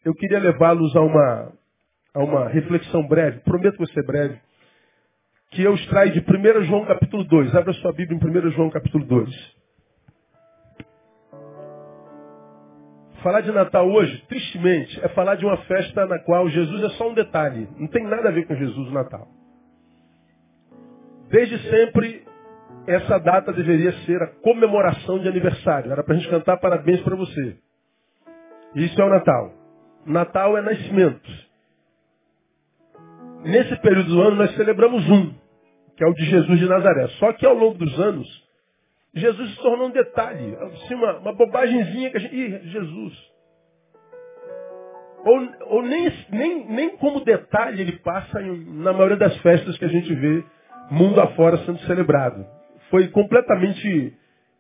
eu queria levá-los a uma reflexão breve, prometo que vai ser breve, que eu extraio de 1 João capítulo 2. Abra sua Bíblia em 1 João capítulo 2. Falar de Natal hoje, tristemente, é falar de uma festa na qual Jesus é só um detalhe. Não tem nada a ver com Jesus o Natal. Desde sempre, essa data deveria ser a comemoração de aniversário. Era para a gente cantar parabéns para você. Isso é o Natal. Natal é nascimento. Nesse período do ano nós celebramos um, que é o de Jesus de Nazaré. Só que ao longo dos anos, Jesus se tornou um detalhe, assim, uma bobagemzinha que a gente... Ih, Jesus. Ou nem como detalhe ele passa na maioria das festas que a gente vê mundo afora sendo celebrado. Foi completamente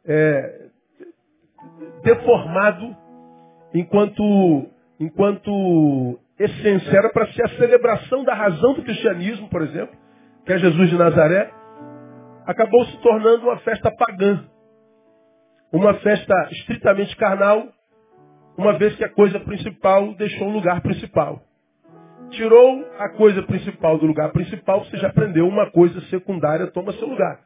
deformado enquanto essência. Era para ser a celebração da razão do cristianismo, por exemplo, que é Jesus de Nazaré, acabou se tornando uma festa pagã. Uma festa estritamente carnal, uma vez que a coisa principal deixou o lugar principal. Tirou a coisa principal do lugar principal, você já aprendeu, uma coisa secundária toma seu lugar.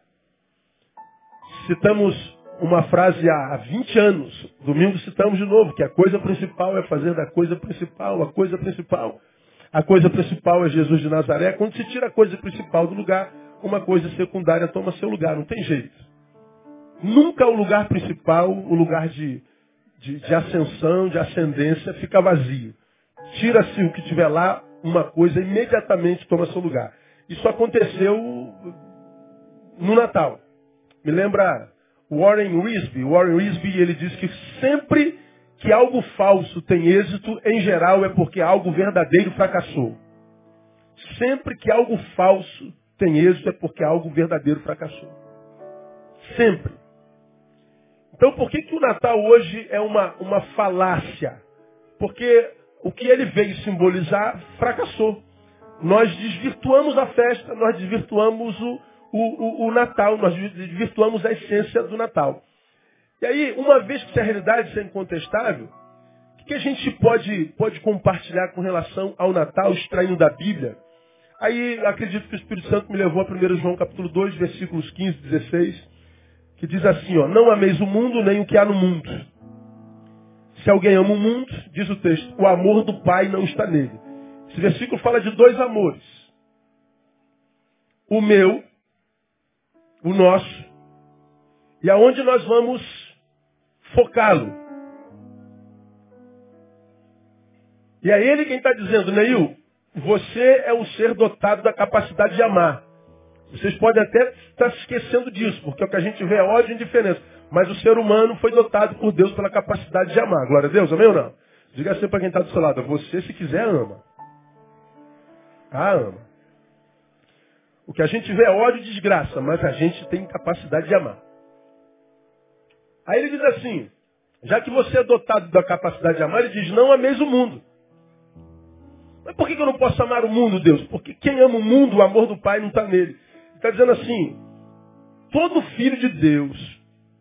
Citamos uma frase há 20 anos, domingo citamos de novo, que a coisa principal é fazer da coisa principal, a coisa principal. A coisa principal é Jesus de Nazaré. Quando se tira a coisa principal do lugar, uma coisa secundária toma seu lugar, não tem jeito. Nunca o lugar principal, o lugar de ascensão, de ascendência, fica vazio. Tira-se o que tiver lá, uma coisa imediatamente toma seu lugar. Isso aconteceu no Natal. Me lembra Warren Wiersbe. Warren Wiersbe, ele diz que sempre que algo falso tem êxito, em geral é porque algo verdadeiro fracassou. Sempre que algo falso tem êxito é porque algo verdadeiro fracassou. Sempre. Então por que o Natal hoje é uma falácia? Porque o que ele veio simbolizar fracassou. Nós desvirtuamos a festa, nós desvirtuamos o Natal, nós desvirtuamos a essência do Natal. E aí, uma vez que a realidade é incontestável, o que a gente pode compartilhar com relação ao Natal, extraindo da Bíblia? Aí, acredito que o Espírito Santo me levou a 1 João capítulo 2, versículos 15 e 16, que diz assim, ó, não ameis o mundo, nem o que há no mundo. Se alguém ama o mundo, diz o texto, o amor do Pai não está nele. Esse versículo fala de dois amores. O meu, o nosso, e aonde nós vamos focá-lo. E é ele quem está dizendo, Neil, você é um ser dotado da capacidade de amar. Vocês podem até estar se esquecendo disso, porque o que a gente vê é ódio e indiferença. Mas o ser humano foi dotado por Deus pela capacidade de amar. Glória a Deus, amém ou não? Diga assim para quem está do seu lado, você se quiser ama. Ah, ama. O que a gente vê é ódio e desgraça, mas a gente tem capacidade de amar. Aí ele diz assim, já que você é dotado da capacidade de amar, ele diz, não ameis o mundo. Mas por que eu não posso amar o mundo, Deus? Porque quem ama o mundo, o amor do Pai não está nele. Ele está dizendo assim, todo filho de Deus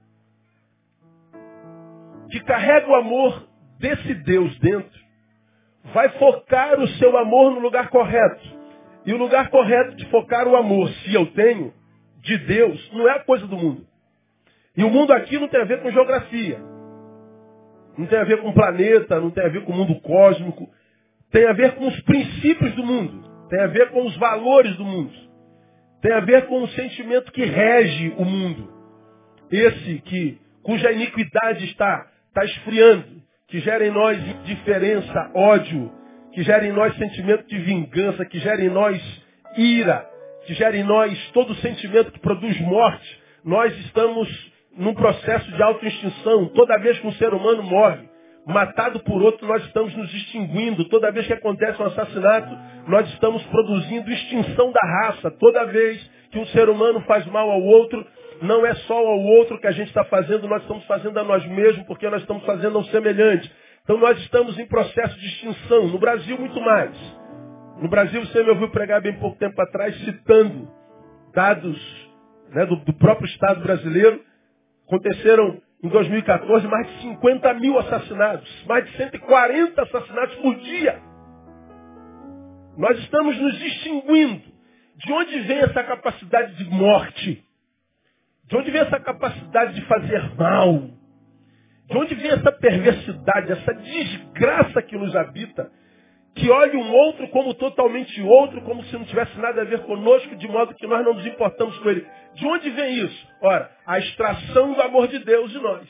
que carrega o amor desse Deus dentro, vai focar o seu amor no lugar correto. E o lugar correto de focar o amor, se eu tenho, de Deus, não é a coisa do mundo. E o mundo aqui não tem a ver com geografia. Não tem a ver com planeta, não tem a ver com o mundo cósmico. Tem a ver com os princípios do mundo. Tem a ver com os valores do mundo. Tem a ver com o sentimento que rege o mundo. Esse cuja iniquidade está esfriando, que gera em nós indiferença, ódio, que gera em nós sentimento de vingança, que gera em nós ira, que gera em nós todo sentimento que produz morte. Nós estamos num processo de autoextinção. Toda vez que um ser humano morre, matado por outro, nós estamos nos extinguindo. Toda vez que acontece um assassinato, nós estamos produzindo extinção da raça. Toda vez que um ser humano faz mal ao outro, não é só ao outro que a gente está fazendo, nós estamos fazendo a nós mesmos, porque nós estamos fazendo ao semelhante. Então nós estamos em processo de extinção. No Brasil, muito mais. No Brasil, você me ouviu pregar bem pouco tempo atrás, citando dados, né, do próprio Estado brasileiro. Aconteceram Em 2014, mais de 50 mil assassinados. Mais de 140 assassinatos por dia. Nós estamos nos extinguindo. De onde vem essa capacidade de morte? De onde vem essa capacidade de fazer mal? De onde vem essa perversidade, essa desgraça que nos habita? Que olha um outro como totalmente outro, como se não tivesse nada a ver conosco, de modo que nós não nos importamos com ele. De onde vem isso? Ora, a extração do amor de Deus de nós.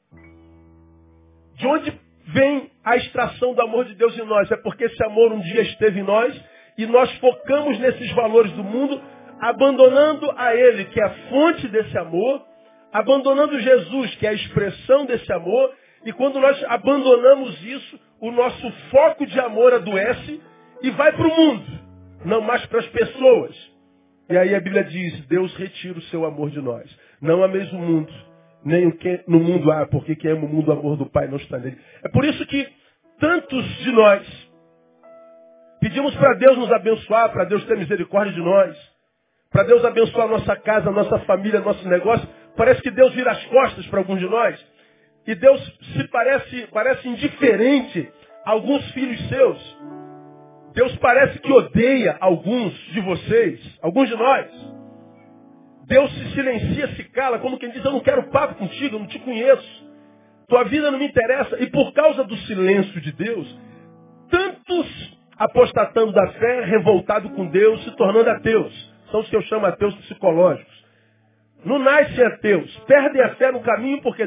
De onde vem a extração do amor de Deus em nós? É porque esse amor um dia esteve em nós e nós focamos nesses valores do mundo, abandonando a Ele, que é a fonte desse amor, abandonando Jesus, que é a expressão desse amor, e quando nós abandonamos isso, o nosso foco de amor adoece e vai para o mundo, não mais para as pessoas. E aí a Bíblia diz, Deus retira o seu amor de nós. Não ameis o mundo, nem o que no mundo há, porque quem ama o mundo, o amor do Pai não está nele. É por isso que tantos de nós pedimos para Deus nos abençoar, para Deus ter misericórdia de nós, para Deus abençoar a nossa casa, a nossa família, nosso negócio. Parece que Deus vira as costas para alguns de nós. E Deus se parece indiferente a alguns filhos seus. Deus parece que odeia alguns de vocês, alguns de nós. Deus se silencia, se cala, como quem diz, eu não quero papo contigo, eu não te conheço. Tua vida não me interessa. E por causa do silêncio de Deus, tantos apostatando da fé, revoltados com Deus, se tornando ateus. São os que eu chamo ateus psicológicos. Não nascem ateus, perdem a fé no caminho porque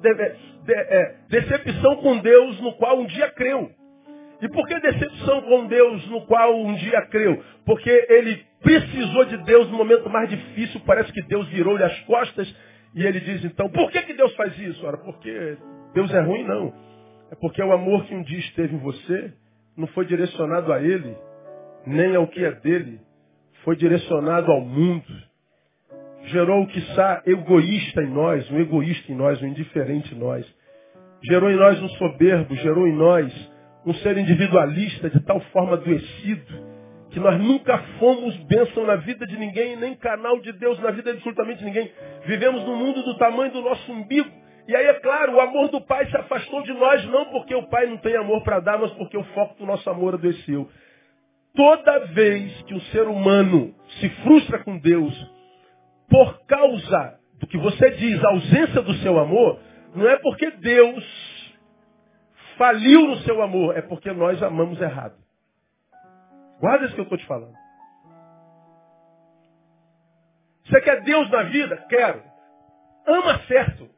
decepção com Deus no qual um dia creu. E por que decepção com Deus no qual um dia creu? Porque ele precisou de Deus no momento mais difícil, parece que Deus virou-lhe as costas e ele diz então, por que Deus faz isso? Ora, porque Deus é ruim? Não. É porque o amor que um dia esteve em você não foi direcionado a ele, nem ao que é dele, foi direcionado ao mundo. Gerou, quiçá, egoísta em nós, um egoísta em nós, um indiferente em nós. Gerou em nós um soberbo, gerou em nós um ser individualista de tal forma adoecido, que nós nunca fomos bênção na vida de ninguém, nem canal de Deus na vida de absolutamente ninguém. Vivemos num mundo do tamanho do nosso umbigo. E aí, é claro, o amor do Pai se afastou de nós, não porque o Pai não tem amor para dar, mas porque o foco do nosso amor adoeceu. Toda vez que o ser humano se frustra com Deus, por causa do que você diz, a ausência do seu amor, não é porque Deus faliu no seu amor, é porque nós amamos errado. Guarda isso que eu estou te falando. Você quer Deus na vida? Quero. Ama certo.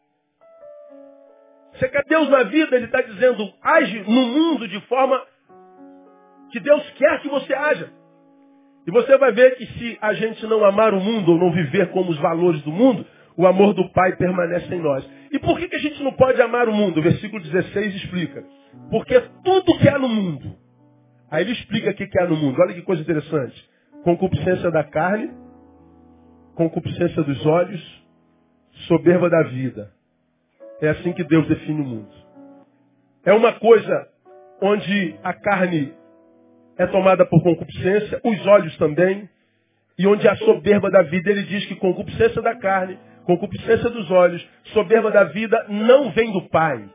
Você quer Deus na vida? Ele está dizendo, age no mundo de forma que Deus quer que você haja. E você vai ver que se a gente não amar o mundo ou não viver como os valores do mundo, o amor do Pai permanece em nós. E por que a gente não pode amar o mundo? O versículo 16 explica. Porque tudo que há no mundo. Aí ele explica o que há no mundo. Olha que coisa interessante. Concupiscência da carne, concupiscência dos olhos, soberba da vida. É assim que Deus define o mundo. É uma coisa onde a carne é tomada por concupiscência, os olhos também, e onde a soberba da vida, ele diz que concupiscência da carne, concupiscência dos olhos, soberba da vida não vem do Pai.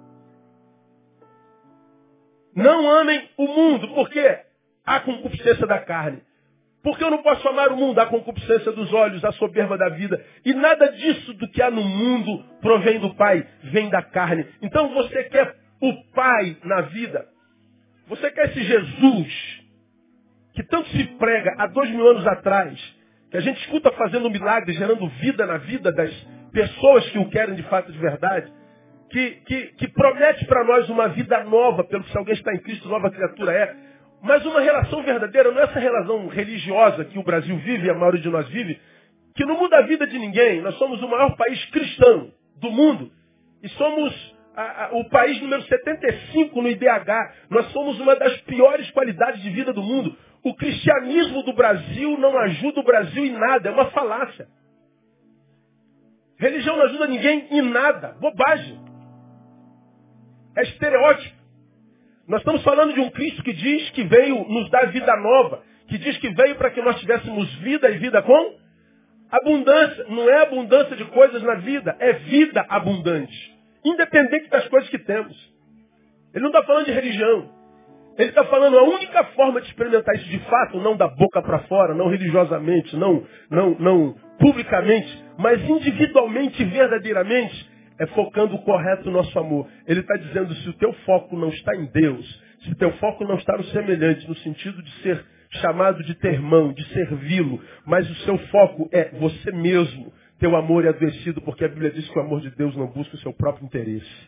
Não amem o mundo, por quê? Há concupiscência da carne. Porque eu não posso amar o mundo? Há concupiscência dos olhos, a soberba da vida. E nada disso do que há no mundo provém do Pai, vem da carne. Então você quer o Pai na vida? Você quer esse Jesus que tanto se prega há 2000 anos atrás, que a gente escuta fazendo milagres, gerando vida na vida das pessoas que o querem de fato de verdade, que promete para nós uma vida nova, pelo que se alguém está em Cristo, nova criatura é, mas uma relação verdadeira, não é essa relação religiosa que o Brasil vive, e a maioria de nós vive, que não muda a vida de ninguém. Nós somos o maior país cristão do mundo e somos o país número 75 no IDH. Nós somos uma das piores qualidades de vida do mundo. O cristianismo do Brasil não ajuda o Brasil em nada. É uma falácia. Religião não ajuda ninguém em nada. Bobagem. É estereótipo. Nós estamos falando de um Cristo que diz que veio nos dar vida nova. Que diz que veio para que nós tivéssemos vida e vida com Abundância não é abundância de coisas na vida, é vida abundante. Independente das coisas que temos. Ele não está falando de religião. Ele está falando a única forma de experimentar isso de fato, não da boca para fora, não religiosamente, não publicamente, mas individualmente e verdadeiramente, é focando o correto no nosso amor. Ele está dizendo, se o teu foco não está em Deus, se o teu foco não está no semelhante, no sentido de ser chamado de ter irmão, de servi-lo, mas o seu foco é você mesmo, teu amor é adoecido, porque a Bíblia diz que o amor de Deus não busca o seu próprio interesse.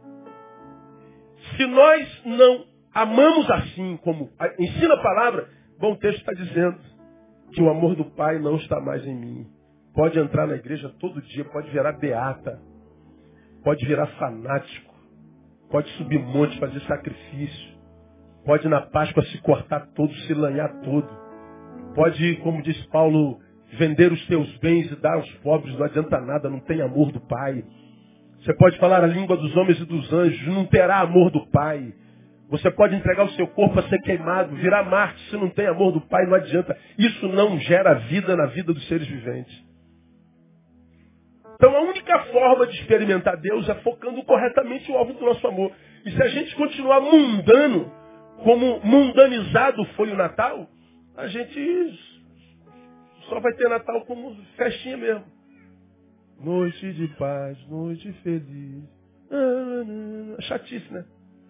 Se nós não amamos assim, como ensina a palavra, bom, o texto está dizendo que o amor do Pai não está mais em mim. Pode entrar na igreja todo dia, pode virar beata, pode virar fanático, pode subir monte, fazer sacrifício, pode na Páscoa se cortar todo, se lanhar todo, pode, como diz Paulo, vender os teus bens e dar aos pobres, não adianta nada, não tem amor do Pai. Você pode falar a língua dos homens e dos anjos, não terá amor do Pai. Você pode entregar o seu corpo a ser queimado, virar Marte, se não tem amor do Pai, não adianta. Isso não gera vida na vida dos seres viventes. Então a única forma de experimentar Deus é focando corretamente o alvo do nosso amor. E se a gente continuar mundano, como mundanizado foi o Natal, a gente só vai ter Natal como festinha mesmo. Noite de paz, noite feliz. Chatice, né?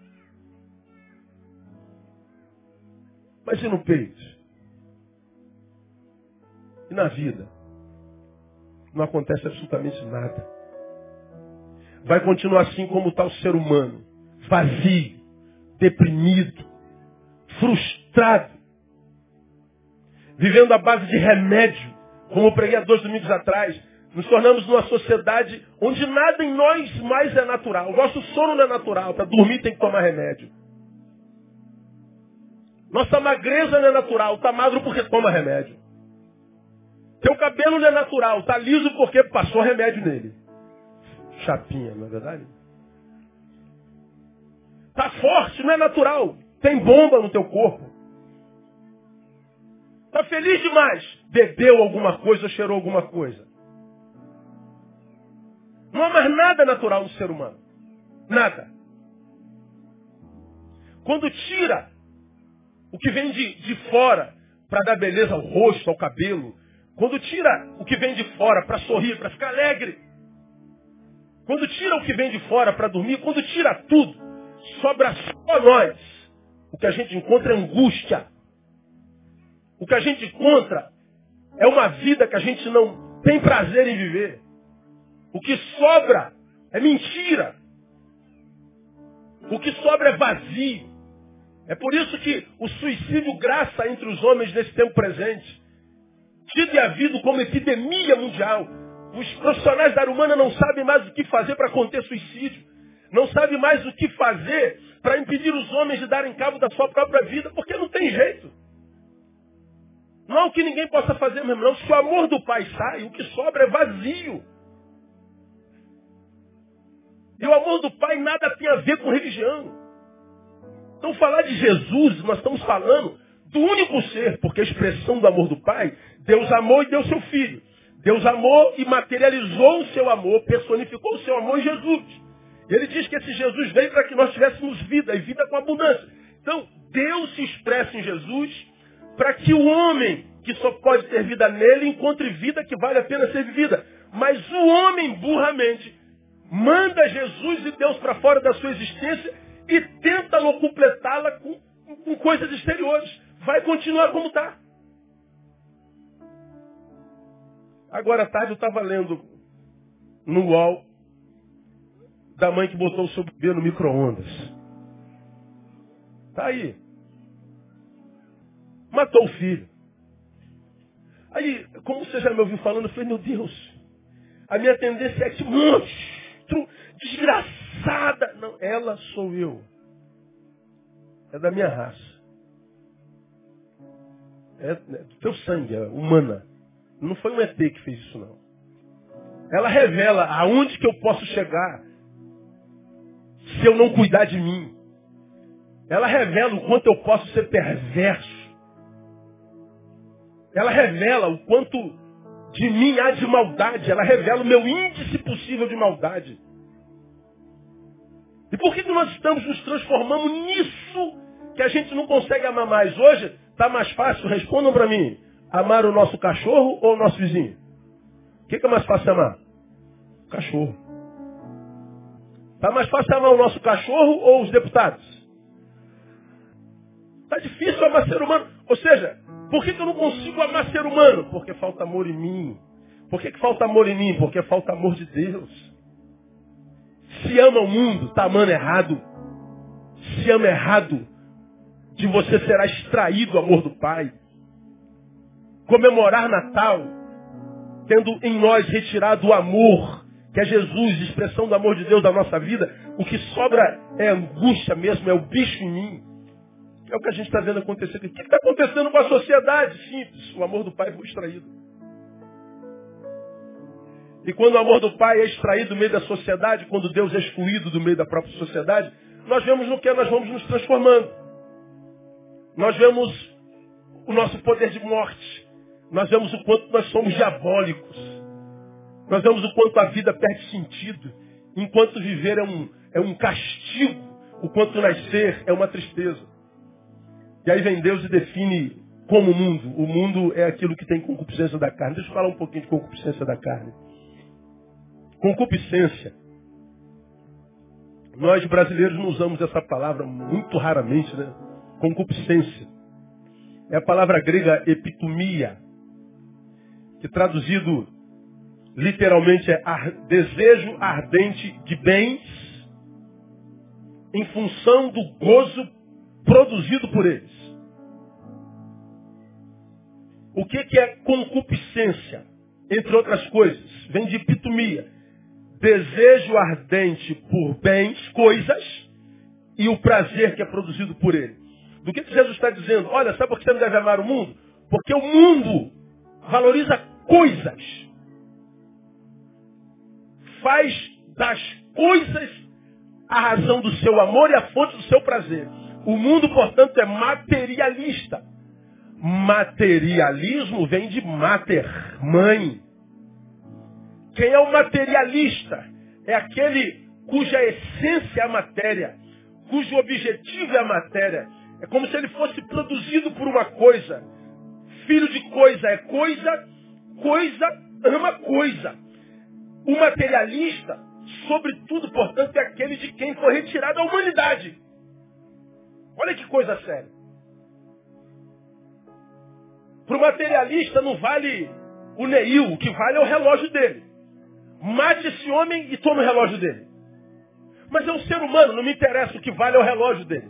Mas e no peito? E na vida? Não acontece absolutamente nada. Vai continuar assim como está o ser humano. Vazio, deprimido, frustrado. Vivendo à base de remédio. Como eu preguei há 2 domingos atrás. Nos tornamos numa sociedade onde nada em nós mais é natural. O nosso sono não é natural. Para dormir tem que tomar remédio. Nossa magreza não é natural. Está magro porque toma remédio. Teu cabelo não é natural. Está liso porque passou remédio nele. Chapinha, não é verdade? Está forte, não é natural. Tem bomba no teu corpo. Está feliz demais. Bebeu alguma coisa ou cheirou alguma coisa. Não há mais nada natural no ser humano. Nada. Quando tira o que vem de fora para dar beleza ao rosto, ao cabelo. Quando tira o que vem de fora para sorrir, para ficar alegre. Quando tira o que vem de fora para dormir. Quando tira tudo, sobra só nós. O que a gente encontra é angústia. O que a gente encontra é uma vida que a gente não tem prazer em viver. O que sobra é mentira. O que sobra é vazio. É por isso que o suicídio graça entre os homens nesse tempo presente. Tido e havido como epidemia mundial. Os profissionais da área humana não sabem mais o que fazer para conter suicídio. Não sabem mais o que fazer para impedir os homens de darem cabo da sua própria vida, porque não tem jeito. Não há o que ninguém possa fazer mesmo, não. Se o amor do Pai sai, o que sobra é vazio. E o amor do Pai nada tem a ver com religião. Então falar de Jesus, nós estamos falando do único ser, porque a expressão do amor do Pai, Deus amou e deu seu Filho. Deus amou e materializou o seu amor, personificou o seu amor em Jesus. E ele diz que esse Jesus veio para que nós tivéssemos vida, e vida com abundância. Então, Deus se expressa em Jesus para que o homem, que só pode ter vida nele, encontre vida que vale a pena ser vivida. Mas o homem, burramente, manda Jesus e Deus para fora da sua existência e tenta locupletá-la com coisas exteriores. Vai continuar como está. Agora à tarde eu estava lendo no UOL da mãe que botou o seu bebê no micro-ondas. Está aí. Matou o filho. Aí, como você já me ouviu falando, eu falei, meu Deus, a minha tendência é que monstro, desgraçada. Não, ela sou eu. É da minha raça. É do teu sangue, é humana. Não foi um ET que fez isso, não. Ela revela aonde que eu posso chegar se eu não cuidar de mim. Ela revela o quanto eu posso ser perverso. Ela revela o quanto de mim há de maldade. Ela revela o meu índice possível de maldade. E por que nós estamos nos transformando nisso que a gente não consegue amar mais? Hoje está mais fácil, respondam para mim, amar o nosso cachorro ou o nosso vizinho? O que é mais fácil amar? O cachorro. Está mais fácil amar o nosso cachorro ou os deputados? Está difícil amar ser humano. Ou seja, por que eu não consigo amar ser humano? Porque falta amor em mim. Por que falta amor em mim? Porque falta amor de Deus. Se ama o mundo, está amando errado. Se ama errado, de você será extraído o amor do Pai. Comemorar Natal, tendo em nós retirado o amor, que é Jesus, expressão do amor de Deus da nossa vida, o que sobra é angústia mesmo, é o bicho em mim. É o que a gente está vendo acontecer aqui. O que está acontecendo com a sociedade? Simples, o amor do Pai foi extraído. E quando o amor do Pai é extraído do meio da sociedade, quando Deus é excluído do meio da própria sociedade, nós vemos no que nós vamos nos transformando. Nós vemos o nosso poder de morte. Nós vemos o quanto nós somos diabólicos. Nós vemos o quanto a vida perde sentido. Enquanto viver é um castigo, o quanto nascer é uma tristeza. E aí vem Deus e define como o mundo. O mundo é aquilo que tem concupiscência da carne. Deixa eu falar um pouquinho de concupiscência da carne. Concupiscência. Nós brasileiros não usamos essa palavra muito raramente, né? Concupiscência. É a palavra grega epitomia, que traduzido literalmente é desejo ardente de bens em função do gozo produzido por eles. O que é concupiscência? Entre outras coisas, vem de epitomia. Desejo ardente por bens, coisas, e o prazer que é produzido por ele. Do que Jesus está dizendo? Olha, sabe por que você não deve amar o mundo? Porque o mundo valoriza coisas. Faz das coisas a razão do seu amor e a fonte do seu prazer. O mundo, portanto, é materialista. Materialismo vem de mater, mãe. Quem é o materialista? É aquele cuja essência é a matéria, cujo objetivo é a matéria. É como se ele fosse produzido por uma coisa. Filho de coisa é coisa, coisa ama coisa. O materialista, sobretudo, portanto, é aquele de quem foi retirada a humanidade. Olha que coisa séria. Para o materialista não vale o Neil, o que vale é o relógio dele. Mate esse homem e tome o relógio dele. Mas é um ser humano, não me interessa, o que vale é o relógio dele.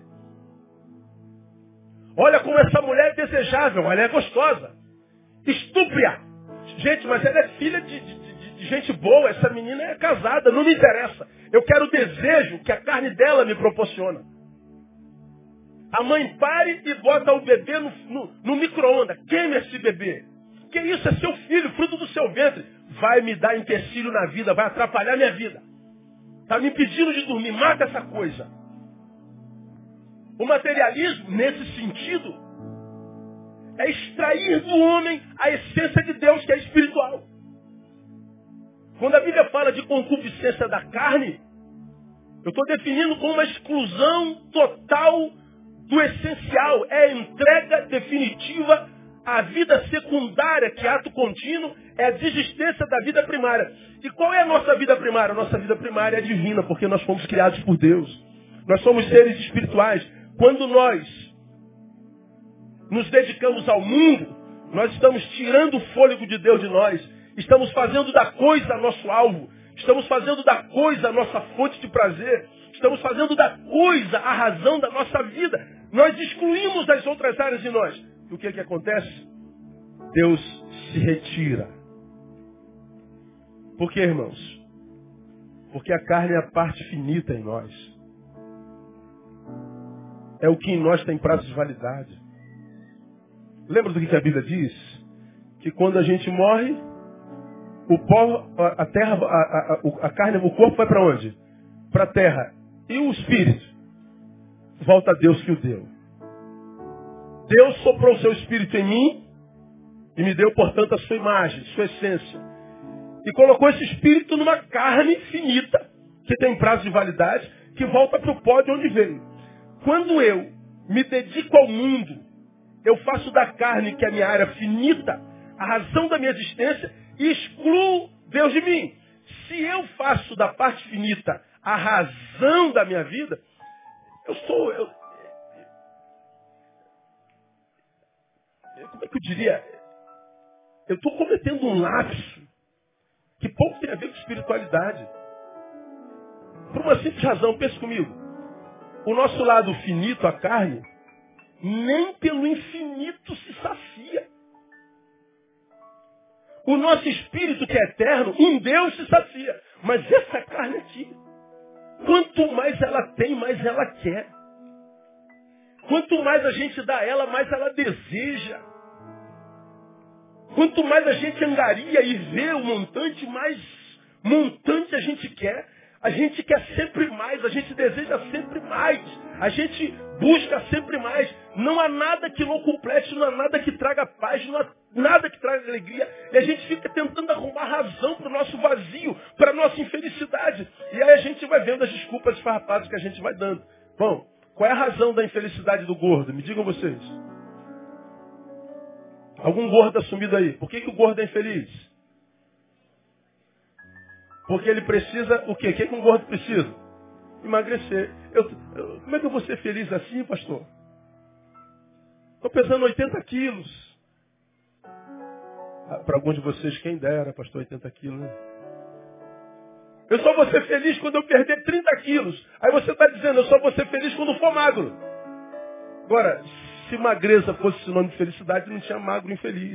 Olha como essa mulher é desejável, ela é gostosa. Estúpria. Gente, mas ela é filha de gente boa, essa menina é casada, não me interessa. Eu quero o desejo que a carne dela me proporciona. A mãe pare e bota o bebê no micro-ondas. Queime esse bebê. Que isso? É seu filho, fruto do seu ventre. Vai me dar empecilho na vida, vai atrapalhar minha vida. Está me impedindo de dormir, mata essa coisa. O materialismo, nesse sentido, é extrair do homem a essência de Deus, que é espiritual. Quando a Bíblia fala de concupiscência da carne, eu estou definindo como uma exclusão total do essencial. É a entrega definitiva à vida secundária, que é ato contínuo, é a desistência da vida primária. E qual é a nossa vida primária? A nossa vida primária é divina, porque nós fomos criados por Deus. Nós somos seres espirituais. Quando nós nos dedicamos ao mundo, nós estamos tirando o fôlego de Deus de nós. Estamos fazendo da coisa nosso alvo. Estamos fazendo da coisa a nossa fonte de prazer. Estamos fazendo da coisa a razão da nossa vida. Nós excluímos as outras áreas de nós. E o que acontece? Deus se retira. Por quê, irmãos? Porque a carne é a parte finita em nós. É o que em nós tem prazo de validade. Lembra do que a Bíblia diz? Que quando a gente morre, o pó, a terra, a carne, o corpo vai para onde? Para a terra. E o espírito? Volta a Deus que o deu. Deus soprou o seu espírito em mim E me deu, portanto, a sua imagem, sua essência. E colocou esse espírito numa carne finita, que tem prazo de validade, que volta para o pó de onde veio. Quando eu me dedico ao mundo, eu faço da carne, que é a minha área finita, a razão da minha existência, e excluo Deus de mim. Se eu faço da parte finita a razão da minha vida, como é que eu diria? Eu estou cometendo um lapso que pouco tem a ver com espiritualidade. Por uma simples razão, pense comigo. O nosso lado finito, a carne, nem pelo infinito se sacia. O nosso espírito, que é eterno, em Deus se sacia. Mas essa carne aqui, quanto mais ela tem, mais ela quer. Quanto mais a gente dá a ela, mais ela deseja. Quanto mais a gente angaria e vê o montante, mais montante a gente quer. A gente quer sempre mais, a gente deseja sempre mais. A gente busca sempre mais. Não há nada que não complete, não há nada que traga paz, não há nada que traga alegria. E a gente fica tentando arrumar razão para o nosso vazio, para a nossa infelicidade. E aí a gente vai vendo as desculpas esfarrapadas que a gente vai dando. Bom, qual é a razão da infelicidade do gordo? Me digam vocês. Algum gordo assumido aí. Por que o gordo é infeliz? Porque ele precisa o quê? O que um gordo precisa? Emagrecer. Como é que eu vou ser feliz assim, pastor? Estou pesando 80 quilos. Para alguns de vocês, quem dera, pastor, 80 quilos. Né? Eu só vou ser feliz quando eu perder 30 quilos. Aí você está dizendo, eu só vou ser feliz quando for magro. Agora, se magreza fosse sinônimo de felicidade, não tinha magro infeliz.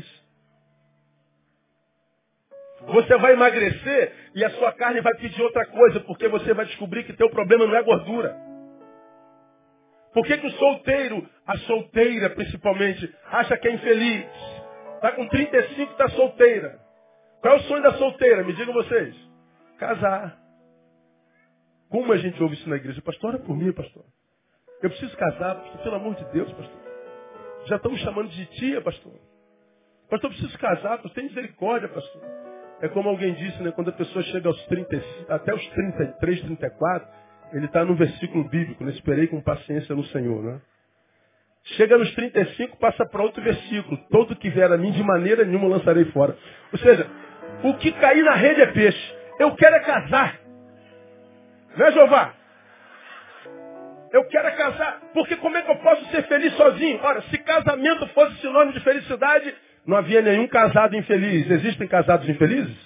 Você vai emagrecer e a sua carne vai pedir outra coisa, porque você vai descobrir que teu problema não é gordura. Por que o solteiro, a solteira principalmente, acha que é infeliz? Está com 35 e está solteira. Qual é o sonho da solteira? Me digam vocês. Casar. Como a gente ouve isso na igreja? Pastor, ora por mim, pastor. Eu preciso casar, pastor, pelo amor de Deus, pastor. Já estamos chamando de tia, pastor. Pastor, eu preciso casar, pastor, tem misericórdia, pastor. É como alguém disse, né? Quando a pessoa chega aos 35, até os 33, 34, ele está no versículo bíblico, né? Esperei com paciência no Senhor, né? Chega nos 35, passa para outro versículo. Todo que vier a mim, de maneira nenhuma lançarei fora. Ou seja, o que cair na rede é peixe. Eu quero é casar. Né, Jeová? Eu quero é casar. Porque como é que eu posso ser feliz sozinho? Ora, se casamento fosse sinônimo de felicidade, não havia nenhum casado infeliz. Existem casados infelizes?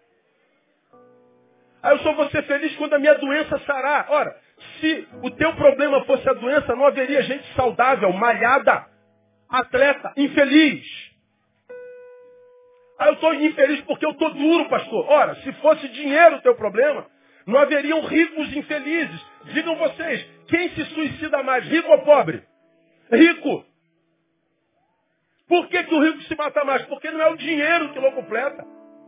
Aí eu só vou ser feliz quando a minha doença sarar. Ora, se o teu problema fosse a doença, não haveria gente saudável, malhada, atleta, infeliz. Aí eu estou infeliz porque eu estou duro, pastor. Ora, se fosse dinheiro o teu problema, não haveriam ricos infelizes. Digam vocês, quem se suicida mais, rico ou pobre? Rico. Por que o rico se mata mais? Porque não é o dinheiro que não completa.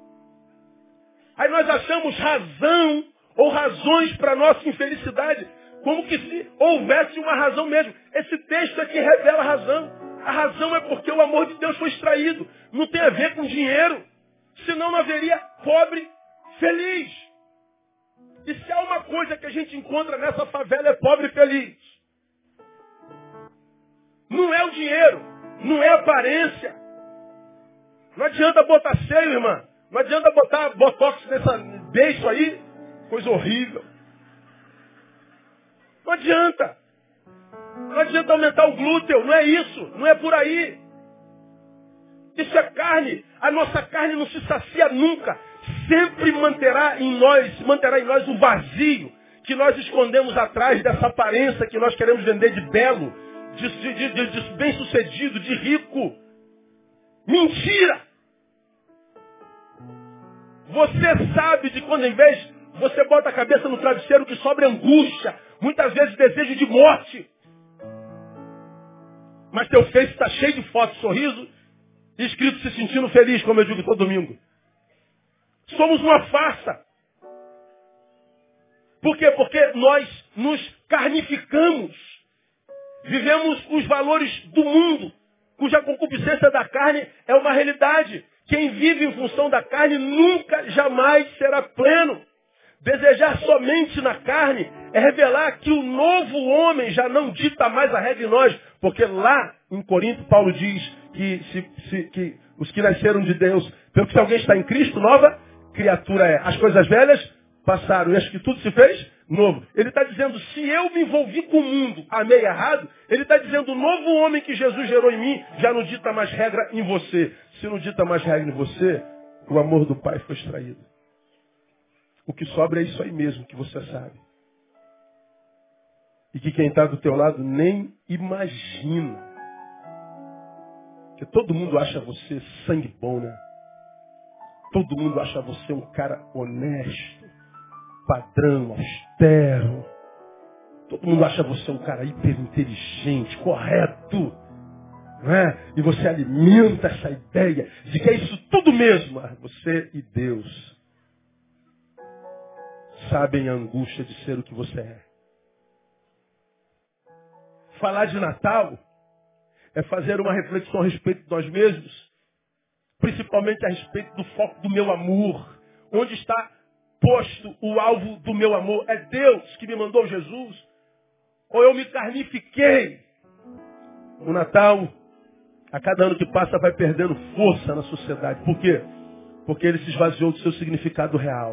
Aí nós achamos razão ou razões para a nossa infelicidade, como que se houvesse uma razão mesmo. Esse texto aqui revela a razão. A razão é porque o amor de Deus foi extraído. Não tem a ver com dinheiro. Senão não haveria pobre feliz. E se há uma coisa que a gente encontra nessa favela é pobre feliz. Não é o dinheiro. Não é a aparência. Não adianta botar seio, irmã. Não adianta botar botox nessa beiço aí. Coisa horrível. Não adianta. Não adianta aumentar o glúteo. Não é isso. Não é por aí. Isso é carne. A nossa carne não se sacia nunca. Sempre manterá em nós o vazio que nós escondemos atrás dessa aparência que nós queremos vender de belo, de bem-sucedido, de rico. Mentira! Você sabe de quando, em vez, você bota a cabeça no travesseiro, que sobra angústia, muitas vezes desejo de morte. Mas teu Face está cheio de fotos, sorriso, e escrito se sentindo feliz, como eu digo todo domingo. Somos uma farsa. Por quê? Porque nós nos carnificamos. Vivemos os valores do mundo. cuja concupiscência da carne é uma realidade. Quem vive em função da carne nunca, jamais será pleno. Desejar somente na carne é revelar que o novo homem já não dita mais a regra em nós. Porque lá em Corinto, Paulo diz que os que nasceram de Deus, pelo que se alguém está em Cristo, nova criatura é. As coisas velhas passaram e acho que tudo se fez novo. Ele está dizendo, se eu me envolvi com o mundo, amei errado, ele está dizendo, o novo homem que Jesus gerou em mim já não dita mais regra em você. Se não dita mais regra em você, o amor do Pai foi extraído. O que sobra é isso aí mesmo que você sabe. E que quem está do teu lado nem imagina. Porque todo mundo acha você sangue bom, né? Todo mundo acha você um cara honesto, padrão, austero. Todo mundo acha você um cara hiperinteligente, correto. Não é? E você alimenta essa ideia de que é isso tudo mesmo. Você e Deus sabem a angústia de ser o que você é. Falar de Natal é fazer uma reflexão a respeito de nós mesmos, principalmente a respeito do foco do meu amor. Onde está posto o alvo do meu amor? É Deus que me mandou Jesus? Ou eu me carnifiquei? O Natal, a cada ano que passa, vai perdendo força na sociedade. Por quê? Porque ele se esvaziou do seu significado real.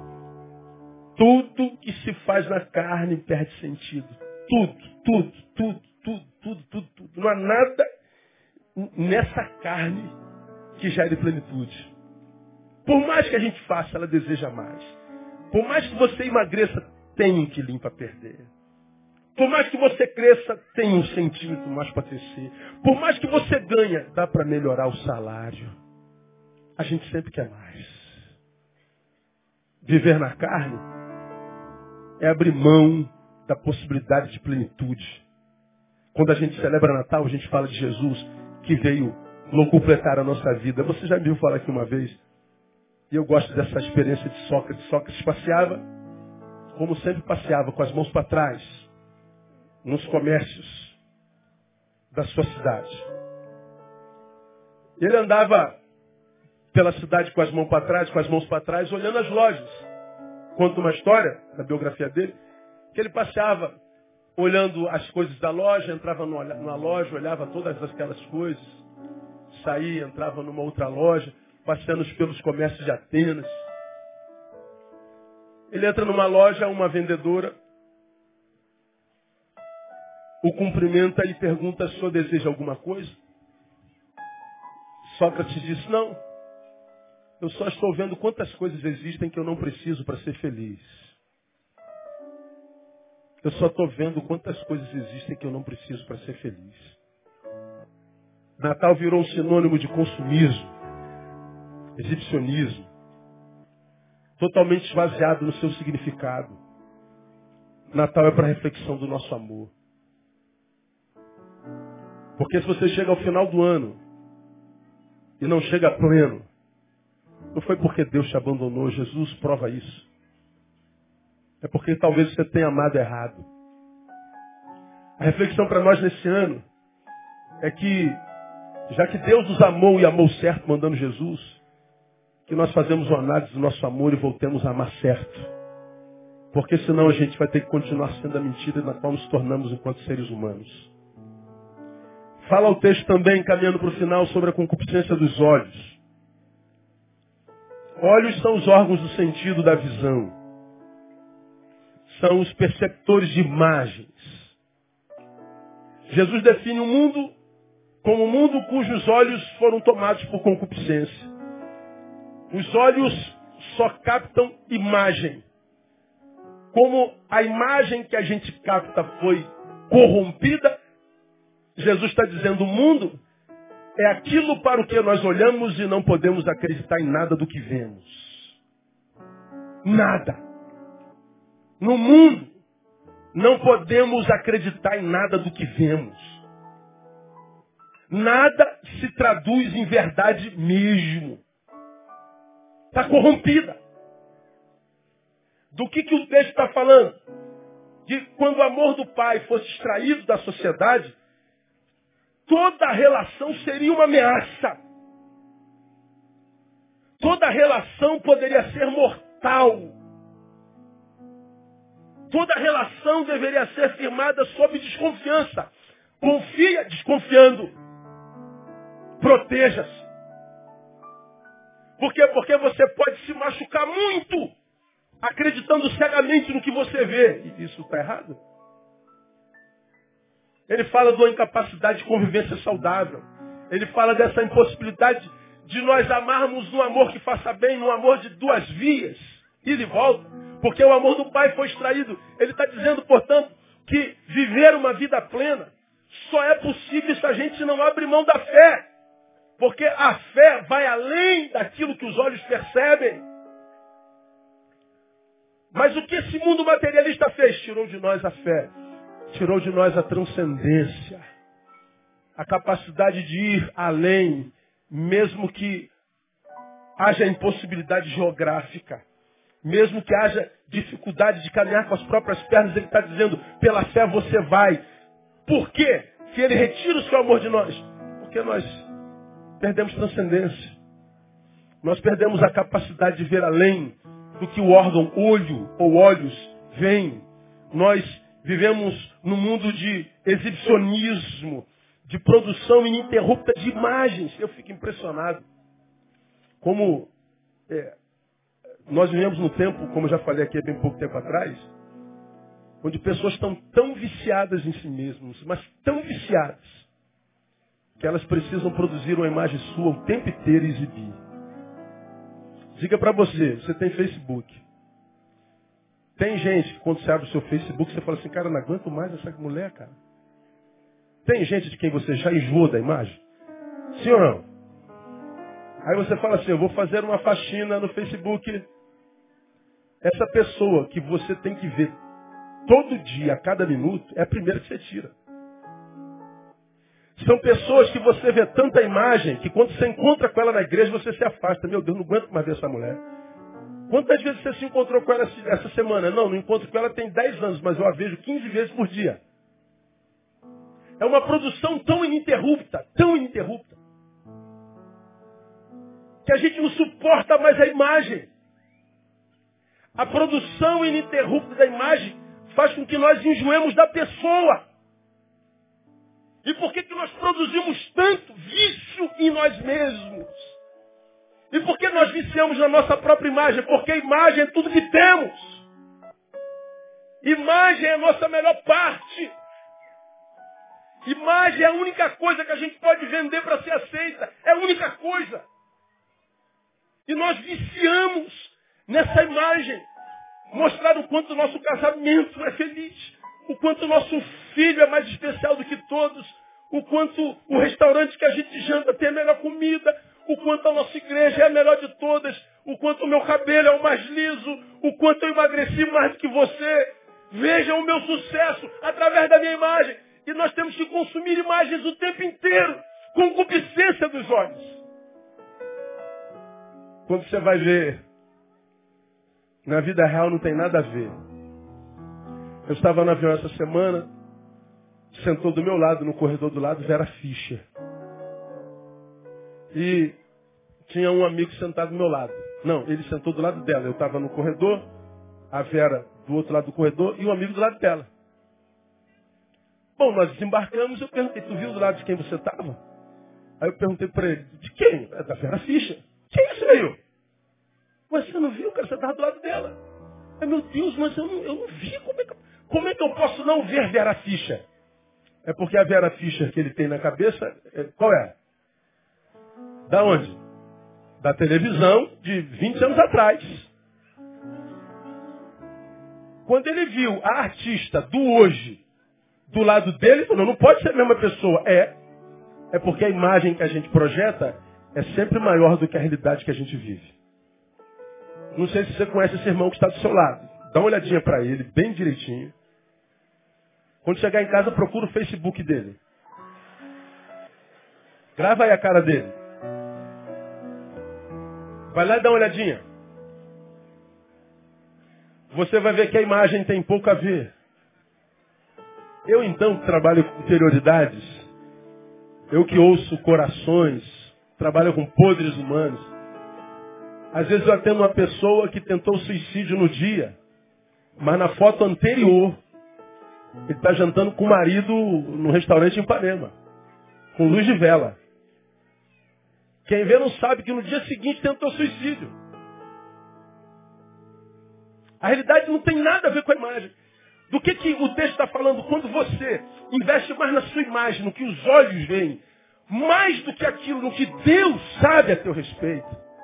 Tudo que se faz na carne perde sentido. Tudo. Não há nada nessa carne que gere plenitude. Por mais que a gente faça, ela deseja mais. Por mais que você emagreça, tem um quilinho para perder. Por mais que você cresça, tem 1 centímetro mais para crescer. Por mais que você ganhe, dá para melhorar o salário. A gente sempre quer mais. Viver na carne é abrir mão da possibilidade de plenitude. Quando a gente celebra Natal, a gente fala de Jesus que veio completar a nossa vida. Você já me viu falar aqui uma vez? E eu gosto dessa experiência de Sócrates. Sócrates passeava, como sempre passeava, com as mãos para trás, nos comércios da sua cidade. Ele andava pela cidade com as mãos para trás, olhando as lojas. Conta uma história, na biografia dele, que ele passeava olhando as coisas da loja, entrava numa loja, olhava todas aquelas coisas, saía, entrava numa outra loja, passeando pelos comércios de Atenas. Ele entra numa loja, uma vendedora o cumprimenta e pergunta se o senhor deseja alguma coisa. Sócrates disse, não, eu só estou vendo quantas coisas existem que eu não preciso para ser feliz. Eu só estou vendo quantas coisas existem que eu não preciso para ser feliz. Natal virou um sinônimo de consumismo, exibicionismo, totalmente esvaziado no seu significado. Natal é para a reflexão do nosso amor. Porque se você chega ao final do ano e não chega pleno, não foi porque Deus te abandonou, Jesus prova isso. É porque talvez você tenha amado errado. A reflexão para nós nesse ano é que, já que Deus nos amou e amou certo, mandando Jesus, que nós fazemos uma análise do nosso amor e voltemos a amar certo. Porque senão a gente vai ter que continuar sendo a mentira na qual nos tornamos enquanto seres humanos. Fala o texto também, caminhando para o final, sobre a concupiscência dos olhos. Olhos são os órgãos do sentido da visão. São os perceptores de imagens. Jesus define o mundo como um mundo cujos olhos foram tomados por concupiscência. Os olhos só captam imagem. Como a imagem que a gente capta foi corrompida, Jesus está dizendo, o mundo é aquilo para o que nós olhamos e não podemos acreditar em nada do que vemos. Nada. No mundo, não podemos acreditar em nada do que vemos. Nada se traduz em verdade mesmo. Está corrompida. Do que o texto está falando? De quando o amor do Pai fosse extraído da sociedade, toda relação seria uma ameaça. Toda relação poderia ser mortal. Toda relação deveria ser firmada sob desconfiança. Confia desconfiando. Proteja-se. Por quê? Porque você pode se machucar muito acreditando cegamente no que você vê. E isso está errado. Ele fala de uma incapacidade de convivência saudável. Ele fala dessa impossibilidade de nós amarmos um amor que faça bem, um amor de duas vias, ida e volta. Porque o amor do Pai foi extraído. Ele está dizendo, portanto, que viver uma vida plena só é possível se a gente não abre mão da fé. Porque a fé vai além daquilo que os olhos percebem. Mas o que esse mundo materialista fez? Tirou de nós a fé. Tirou de nós a transcendência. A capacidade de ir além, mesmo que haja impossibilidade geográfica. Mesmo que haja dificuldade de caminhar com as próprias pernas, ele está dizendo, pela fé você vai. Por quê? Que ele retira o seu amor de nós. Porque nós perdemos transcendência. Nós perdemos a capacidade de ver além do que o órgão olho ou olhos veem. Nós vivemos num mundo de exibicionismo, de produção ininterrupta de imagens. Eu fico impressionado. Como nós vivemos num tempo, como eu já falei aqui há bem pouco tempo atrás, onde pessoas estão tão viciadas em si mesmas, mas tão viciadas, que elas precisam produzir uma imagem sua o tempo inteiro e exibir. Diga para você tem Facebook. Tem gente que quando você abre o seu Facebook, você fala assim, cara, eu não aguento mais essa mulher, cara. Tem gente de quem você já enjoou da imagem? Sim ou não? Aí você fala assim, eu vou fazer uma faxina no Facebook. Essa pessoa que você tem que ver todo dia, a cada minuto, é a primeira que você tira. São pessoas que você vê tanta imagem que quando você encontra com ela na igreja, você se afasta. Meu Deus, não aguento mais ver essa mulher. Quantas vezes você se encontrou com ela essa semana? Não encontro com ela tem 10 anos, mas eu a vejo 15 vezes por dia. É uma produção tão ininterrupta, que a gente não suporta mais a imagem. A produção ininterrupta da imagem faz com que nós enjoemos da pessoa. E por que nós produzimos tanto vício em nós mesmos? E por que nós viciamos na nossa própria imagem? Porque a imagem é tudo que temos. Imagem é a nossa melhor parte. Imagem é a única coisa que a gente pode vender para ser aceita. É a única coisa. E nós viciamos nessa imagem. Mostrar o quanto o nosso casamento é feliz. O quanto o nosso filho é mais especial do que todos. O quanto o restaurante que a gente janta tem a melhor comida. O quanto a nossa igreja é a melhor de todas. O quanto o meu cabelo é o mais liso. O quanto eu emagreci mais do que você. Vejam o meu sucesso através da minha imagem. E nós temos que consumir imagens o tempo inteiro. Com concupiscência dos olhos. Quando você vai ver, na vida real não tem nada a ver. Eu estava no avião essa semana, sentou do meu lado, no corredor do lado, Vera Fischer. E tinha um amigo sentado do meu lado. Não, ele sentou do lado dela. Eu estava no corredor, a Vera do outro lado do corredor e o amigo do lado dela. Bom, nós desembarcamos, eu perguntei, tu viu do lado de quem você estava? Aí eu perguntei para ele, de quem? É da Vera Fischer. Quem é isso aí? Você não viu, cara? Você estava do lado dela. Ai, meu Deus, mas eu não vi. Como é que eu posso não ver Vera Fischer? É porque a Vera Fischer que ele tem na cabeça, qual é? Da onde? Da televisão de 20 anos atrás. Quando ele viu a artista do hoje do lado dele, ele falou, não pode ser a mesma pessoa. É porque a imagem que a gente projeta é sempre maior do que a realidade que a gente vive. Não sei se você conhece esse irmão que está do seu lado. Dá uma olhadinha para ele, bem direitinho. Quando chegar em casa, procura o Facebook dele. Grava aí a cara dele. Vai lá e dá uma olhadinha. Você vai ver que a imagem tem pouco a ver. Eu, então, que trabalho com interioridades, Eu que ouço corações, trabalho com podres humanos. Às vezes eu atendo uma pessoa que tentou suicídio no dia, mas na foto anterior, ele está jantando com o marido no restaurante em Ipanema, com luz de vela. Quem vê não sabe que no dia seguinte tentou suicídio. A realidade não tem nada a ver com a imagem. Do que o texto está falando? Quando você investe mais na sua imagem, no que os olhos veem, mais do que aquilo, no que Deus sabe a teu respeito,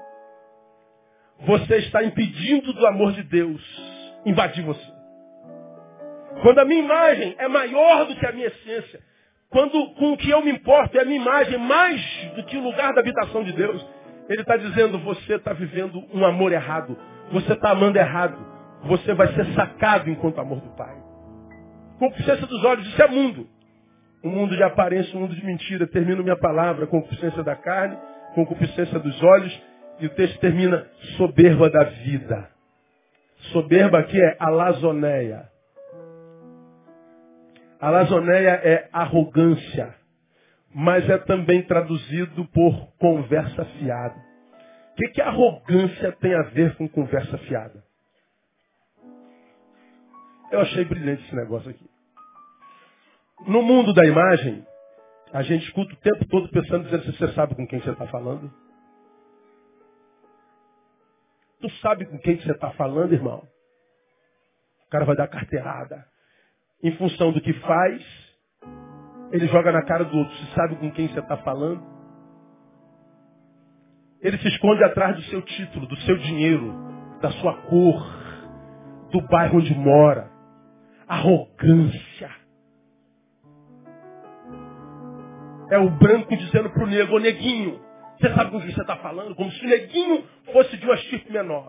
você está impedindo do amor de Deus invadir você. Quando a minha imagem é maior do que a minha essência, quando com o que eu me importo é a minha imagem mais do que o lugar da habitação de Deus, ele está dizendo, você está vivendo um amor errado, você está amando errado, você vai ser sacado enquanto amor do Pai. Concupiscência dos olhos, isso é mundo. Um mundo de aparência, um mundo de mentira. Termino minha palavra, concupiscência da carne, concupiscência dos olhos, e o texto termina, soberba da vida. Soberba aqui é alazoneia. Alazoneia é arrogância, mas é também traduzido por conversa fiada. O que arrogância tem a ver com conversa fiada? Eu achei brilhante esse negócio aqui. No mundo da imagem, a gente escuta o tempo todo pensando, dizendo se você sabe com quem você está falando. Tu sabe com quem você está falando, irmão? O cara vai dar carteirada. Em função do que faz, ele joga na cara do outro. Você sabe com quem você está falando? Ele se esconde atrás do seu título, do seu dinheiro, da sua cor, do bairro onde mora. Arrogância. É o branco dizendo para o negro, ô neguinho, você sabe com quem você está falando? Como se o neguinho fosse de uma estirpe menor.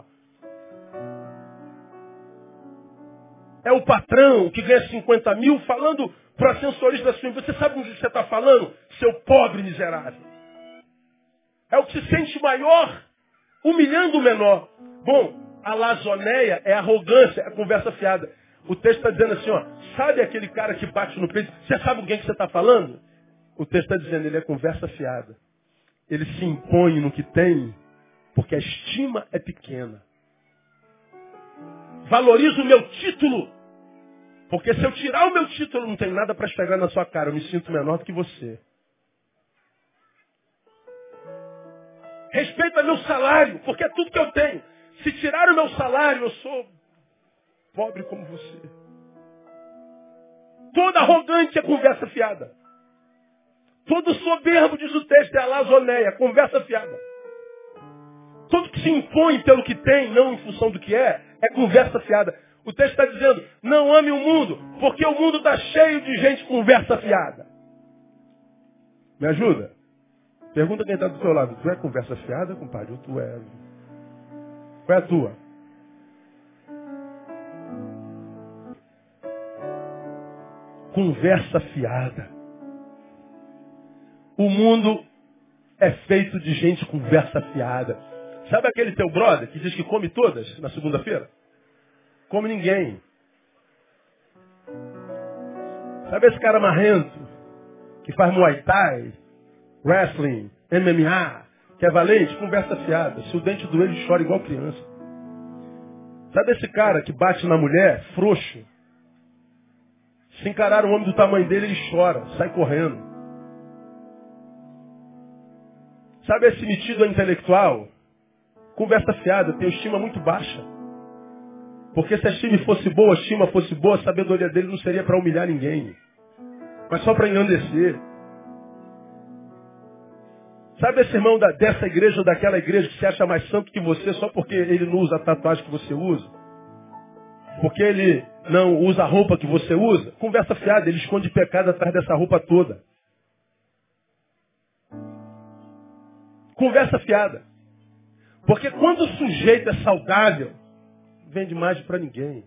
É o patrão que ganha 50 mil falando para o ascensorista assim, você sabe com quem você está falando? Seu pobre miserável. É o que se sente maior, humilhando o menor. Bom, a lazoneia é arrogância, é conversa fiada. O texto está dizendo assim, ó, sabe aquele cara que bate no peito? Você sabe com quem que você está falando? O texto está dizendo, ele é conversa fiada. Ele se impõe no que tem, porque a estima é pequena. Valorizo o meu título, porque se eu tirar o meu título, não tem nada para esfregar na sua cara. Eu me sinto menor do que você. Respeita meu salário, porque é tudo que eu tenho. Se tirar o meu salário, eu sou pobre como você. Todo arrogante é conversa fiada. Todo soberbo, diz o texto, é a lazoneia, conversa fiada. Todo que se impõe pelo que tem, não em função do que é conversa fiada. O texto está dizendo, não ame o mundo, porque o mundo está cheio de gente conversa fiada. Me ajuda? Pergunta quem está do seu lado, tu é conversa fiada, compadre? Ou tu é? Qual é a tua? Conversa fiada. O mundo é feito de gente conversa fiada. Sabe aquele teu brother que diz que come todas na segunda-feira? Come ninguém. Sabe esse cara marrento que faz Muay Thai, wrestling, MMA, que é valente? Conversa fiada. Se o dente doer, ele chora igual criança. Sabe esse cara que bate na mulher, frouxo? Se encarar um homem do tamanho dele, ele chora, sai correndo. Sabe esse metido intelectual? Conversa fiada, tem estima muito baixa. Porque se a estima fosse boa, a sabedoria dele não seria para humilhar ninguém, mas só para engrandecer. Sabe esse irmão dessa igreja ou daquela igreja que se acha mais santo que você só porque ele não usa a tatuagem que você usa? Porque ele não usa a roupa que você usa? Conversa fiada, ele esconde pecado atrás dessa roupa toda. Conversa fiada. Porque quando o sujeito é saudável, não vende mais para ninguém.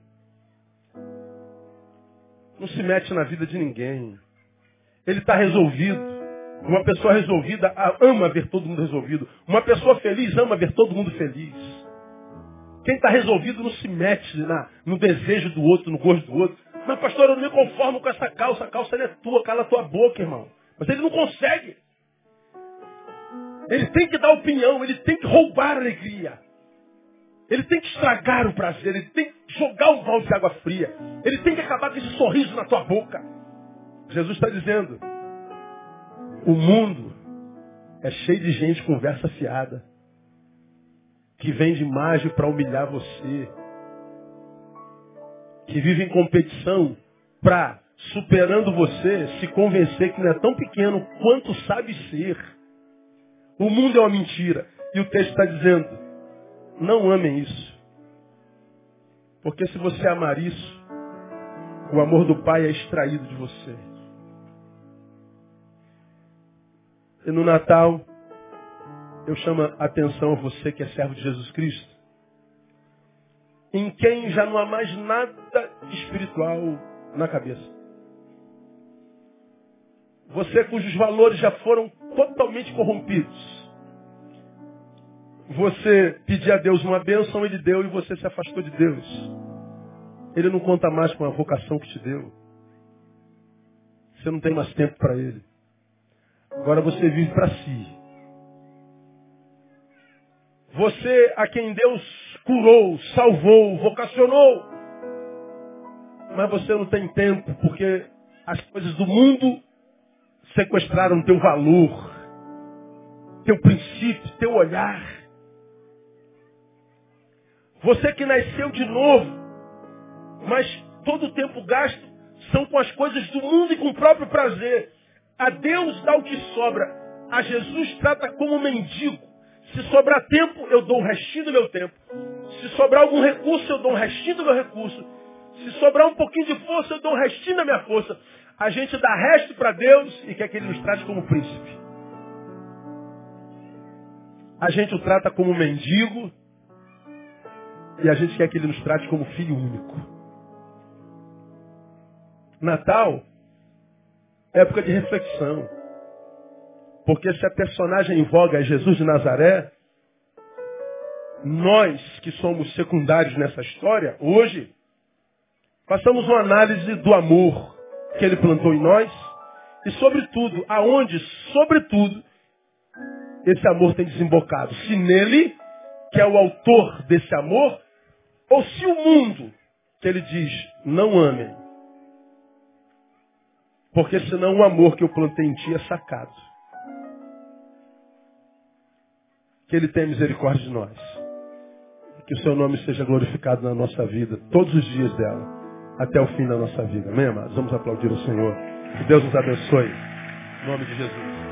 Não se mete na vida de ninguém. Ele está resolvido. Uma pessoa resolvida ama ver todo mundo resolvido. Uma pessoa feliz ama ver todo mundo feliz. Quem está resolvido não se mete no desejo do outro, no gosto do outro. Mas pastor, eu não me conformo com essa calça. A calça não é tua, cala a tua boca, irmão. Mas ele não consegue. Ele tem que dar opinião, ele tem que roubar a alegria. Ele tem que estragar o prazer, ele tem que jogar um balde de água fria. Ele tem que acabar com esse sorriso na tua boca. Jesus está dizendo, o mundo é cheio de gente com conversa fiada, que vende imagem para humilhar você, que vive em competição para, superando você, se convencer que não é tão pequeno quanto sabe ser. O mundo é uma mentira. E o texto está dizendo, não amem isso. Porque se você amar isso, o amor do Pai é extraído de você. E no Natal, eu chamo a atenção a você que é servo de Jesus Cristo, em quem já não há mais nada espiritual na cabeça. Você cujos valores já foram totalmente corrompidos. Você pedia a Deus uma bênção, Ele deu e você se afastou de Deus. Ele não conta mais com a vocação que te deu. Você não tem mais tempo para Ele. Agora você vive para si. Você a quem Deus curou, salvou, vocacionou. Mas você não tem tempo porque as coisas do mundo sequestraram teu valor, teu princípio, teu olhar. Você que nasceu de novo, mas todo o tempo gasto são com as coisas do mundo e com o próprio prazer. A Deus dá o que sobra. A Jesus trata como mendigo. Se sobrar tempo, eu dou um restinho do meu tempo. Se sobrar algum recurso, eu dou um restinho do meu recurso. Se sobrar um pouquinho de força, eu dou um restinho da minha força. A gente dá resto para Deus e quer que Ele nos trate como príncipe. A gente o trata como mendigo e a gente quer que Ele nos trate como filho único. Natal é época de reflexão. Porque se a personagem em voga é Jesus de Nazaré, nós que somos secundários nessa história, hoje, façamos uma análise do amor que Ele plantou em nós e, sobretudo, aonde, sobretudo, esse amor tem desembocado. Se nele, que é o autor desse amor, ou se o mundo, que Ele diz, não amem. Porque senão o amor que eu plantei em ti é sacado. Que Ele tenha misericórdia de nós. Que o Seu nome seja glorificado na nossa vida, todos os dias dela, até o fim da nossa vida. Amém, amados? Vamos aplaudir o Senhor. Que Deus nos abençoe. Em nome de Jesus.